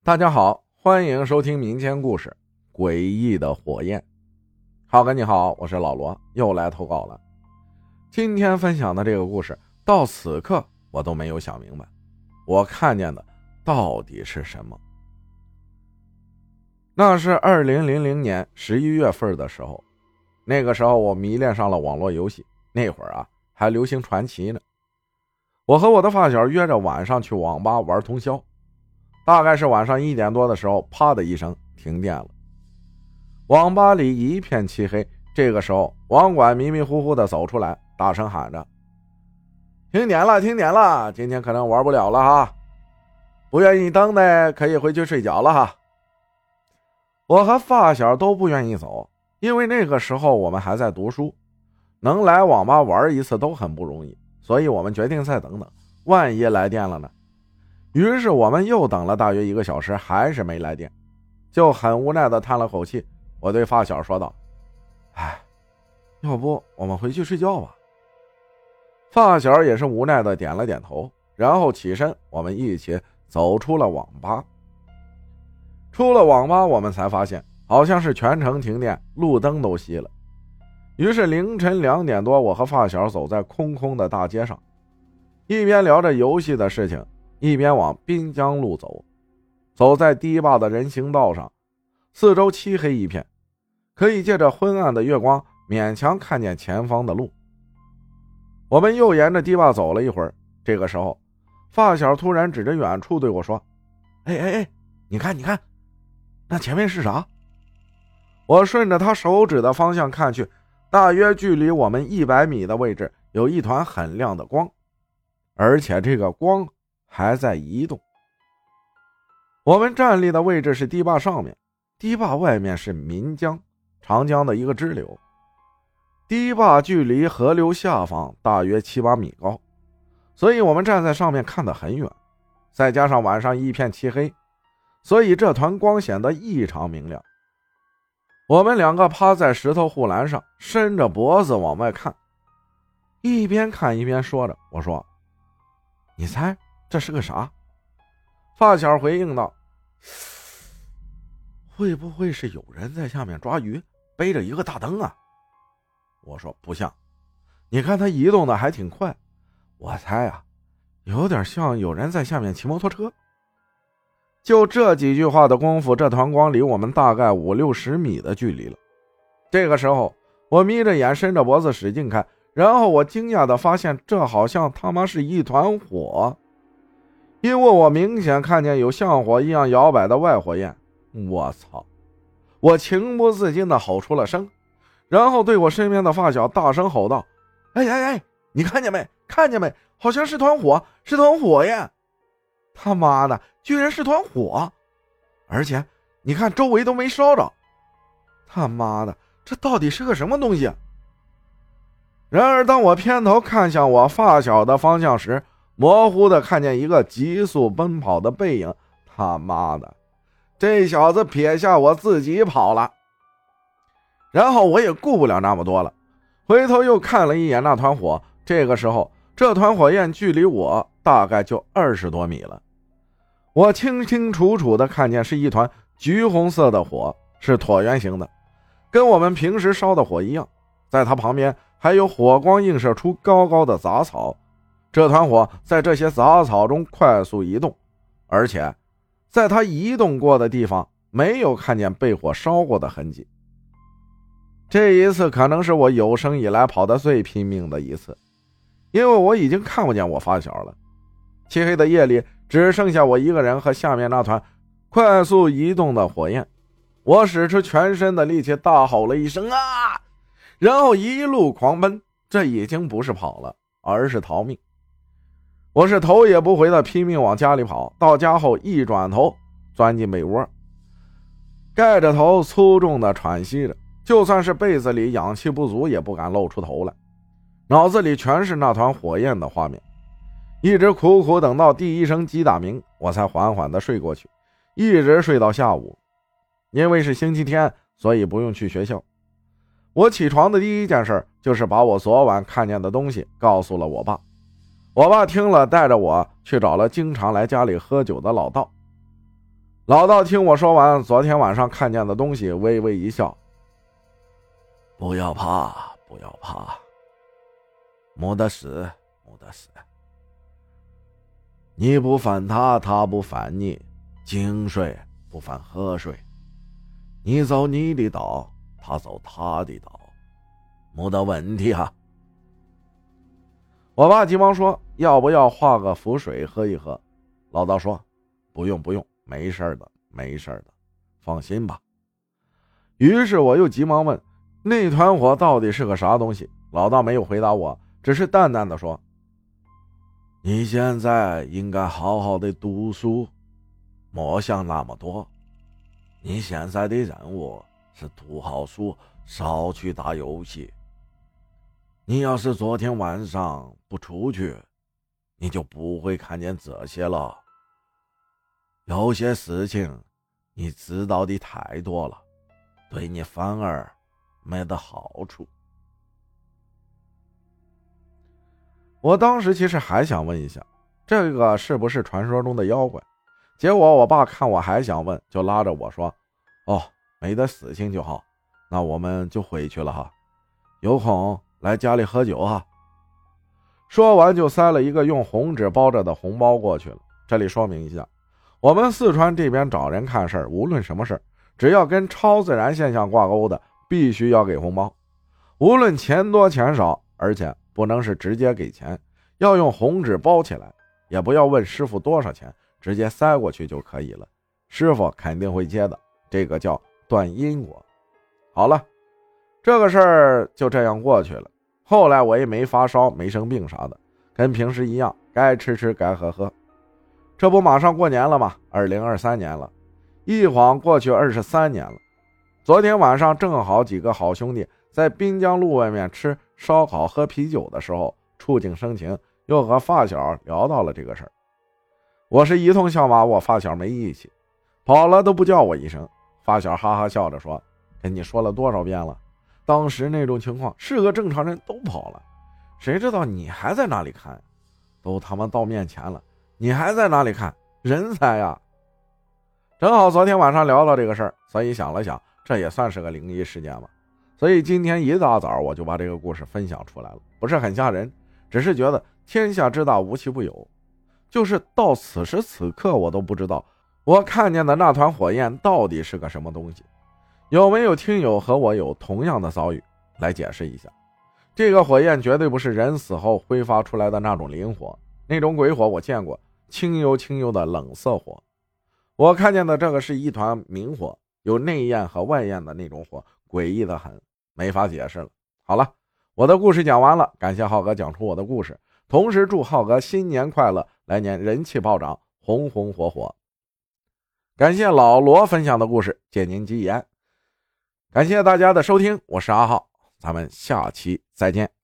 大家好，欢迎收听民间故事《诡异的火焰》。浩哥你好，我是老罗，又来投稿了。今天分享的这个故事，到此刻我都没有想明白，我看见的到底是什么。那是2000年11月份的时候，那个时候我迷恋上了网络游戏，那会儿还流行传奇呢。我和我的发小约着晚上去网吧玩通宵，大概是晚上1点多的时候，啪的一声停电了，网吧里一片漆黑。这个时候网管迷迷糊糊的走出来，大声喊着：停电了，停电了，今天可能玩不了了哈，不愿意等的可以回去睡觉了哈。我和发小都不愿意走，因为那个时候我们还在读书，能来网吧玩一次都很不容易，所以我们决定再等等，万一来电了呢。于是我们又等了大约1个小时，还是没来电，就很无奈的叹了口气。我对发小说道：要不我们回去睡觉吧。发小也是无奈的点了点头，然后起身，我们一起走出了网吧。出了网吧，我们才发现好像是全城停电，路灯都熄了。于是凌晨2点多，我和发小走在空空的大街上，一边聊着游戏的事情，一边往滨江路走。走在堤坝的人行道上，四周漆黑一片，可以借着昏暗的月光勉强看见前方的路。我们又沿着堤坝走了一会儿，这个时候发小突然指着远处对我说：你看那前面是啥？我顺着他手指的方向看去，大约距离我们100米的位置有一团很亮的光，而且这个光还在移动。我们站立的位置是堤坝上面，堤坝外面是岷江，长江的一个支流。堤坝距离河流下方大约7-8米高，所以我们站在上面看得很远，再加上晚上一片漆黑，所以这团光显得异常明亮。我们两个趴在石头护栏上，伸着脖子往外看，一边看一边说着。我说：你猜这是个啥？发小回应道：会不会是有人在下面抓鱼，背着一个大灯啊？我说不像，你看它移动的还挺快，我猜有点像有人在下面骑摩托车。就这几句话的功夫，这团光离我们大概50-60米的距离了。这个时候我眯着眼，伸着脖子使劲看，然后我惊讶地发现这好像他妈是一团火，因为我明显看见有像火一样摇摆的外火焰。我操！我情不自禁地吼出了声，然后对我身边的发小大声吼道：你看见没？看见没？好像是团火，是团火焰！他妈的，居然是团火！而且你看周围都没烧着，他妈的，这到底是个什么东西？然而当我偏头看向我发小的方向时，模糊的看见一个急速奔跑的背影。他妈的，这小子撇下我自己跑了。然后我也顾不了那么多了，回头又看了一眼那团火。这个时候这团火焰距离我大概就20多米了，我清清楚楚的看见是一团橘红色的火，是椭圆形的，跟我们平时烧的火一样。在它旁边还有火光映射出高高的杂草，这团火在这些杂草中快速移动，而且在它移动过的地方没有看见被火烧过的痕迹。这一次可能是我有生以来跑得最拼命的一次，因为我已经看不见我发小了。漆黑的夜里只剩下我一个人和下面那团快速移动的火焰。我使出全身的力气大吼了一声然后一路狂奔。这已经不是跑了，而是逃命。我是头也不回的拼命往家里跑，到家后一转头钻进被窝，盖着头粗重的喘息着，就算是被子里氧气不足也不敢露出头来，脑子里全是那团火焰的画面。一直苦苦等到第一声鸡打鸣，我才缓缓地睡过去，一直睡到下午。因为是星期天，所以不用去学校。我起床的第一件事就是把我昨晚看见的东西告诉了我爸。我爸听了，带着我去找了经常来家里喝酒的老道。 老道听我说完昨天晚上看见的东西，微微一笑：“不要怕，不要怕，没得事，没得事。你不犯他，他不犯你，井水不犯河水。你走你的道，他走他的道，没得问题哈。”我爸急忙说：“要不要化个符水喝一喝？”老道说：“不用不用，没事的，没事的，放心吧。”于是我又急忙问：“那团火到底是个啥东西？”老道没有回答我，只是淡淡的说：“你现在应该好好的读书，莫想那么多。你现在的任务是读好书，少去打游戏。你要是昨天晚上不出去，你就不会看见这些了。有些事情你知道的太多了，对你反而没得好处。”我当时其实还想问一下，这个是不是传说中的妖怪？结果我爸看我还想问，就拉着我说：“哦，没得事情就好，那我们就回去了哈，有空来家里喝酒哈。”说完就塞了一个用红纸包着的红包过去了。这里说明一下，我们四川这边找人看事儿，无论什么事儿，只要跟超自然现象挂钩的，必须要给红包，无论钱多钱少，而且不能是直接给钱，要用红纸包起来，也不要问师傅多少钱，直接塞过去就可以了，师傅肯定会接的，这个叫断因果。好了，这个事儿就这样过去了。后来我也没发烧，没生病啥的，跟平时一样，该吃吃该喝喝。这不马上过年了吗？2023年了，一晃过去23年了。昨天晚上正好几个好兄弟在滨江路外面吃烧烤喝啤酒的时候，触景生情，又和发小聊到了这个事儿。我是一通笑骂我发小没义气，跑了都不叫我一声。发小哈哈笑着说：“跟你说了多少遍了，当时那种情况是个正常人都跑了，谁知道你还在那里看，都他妈到面前了，你还在那里看，人才呀！”正好昨天晚上聊到这个事儿，所以想了想，这也算是个灵异事件吧。所以今天一大早我就把这个故事分享出来了，不是很吓人，只是觉得天下之大无奇不有。就是到此时此刻我都不知道我看见的那团火焰到底是个什么东西。有没有听友和我有同样的遭遇来解释一下？这个火焰绝对不是人死后挥发出来的那种磷火，那种鬼火我见过，清幽清幽的冷色火。我看见的这个是一团明火，有内焰和外焰的那种火，诡异的很，没法解释了。好了，我的故事讲完了，感谢浩哥讲出我的故事，同时祝浩哥新年快乐，来年人气暴涨，红红火火。感谢老罗分享的故事，借您吉言。感谢大家的收听，我是阿浩，咱们下期再见。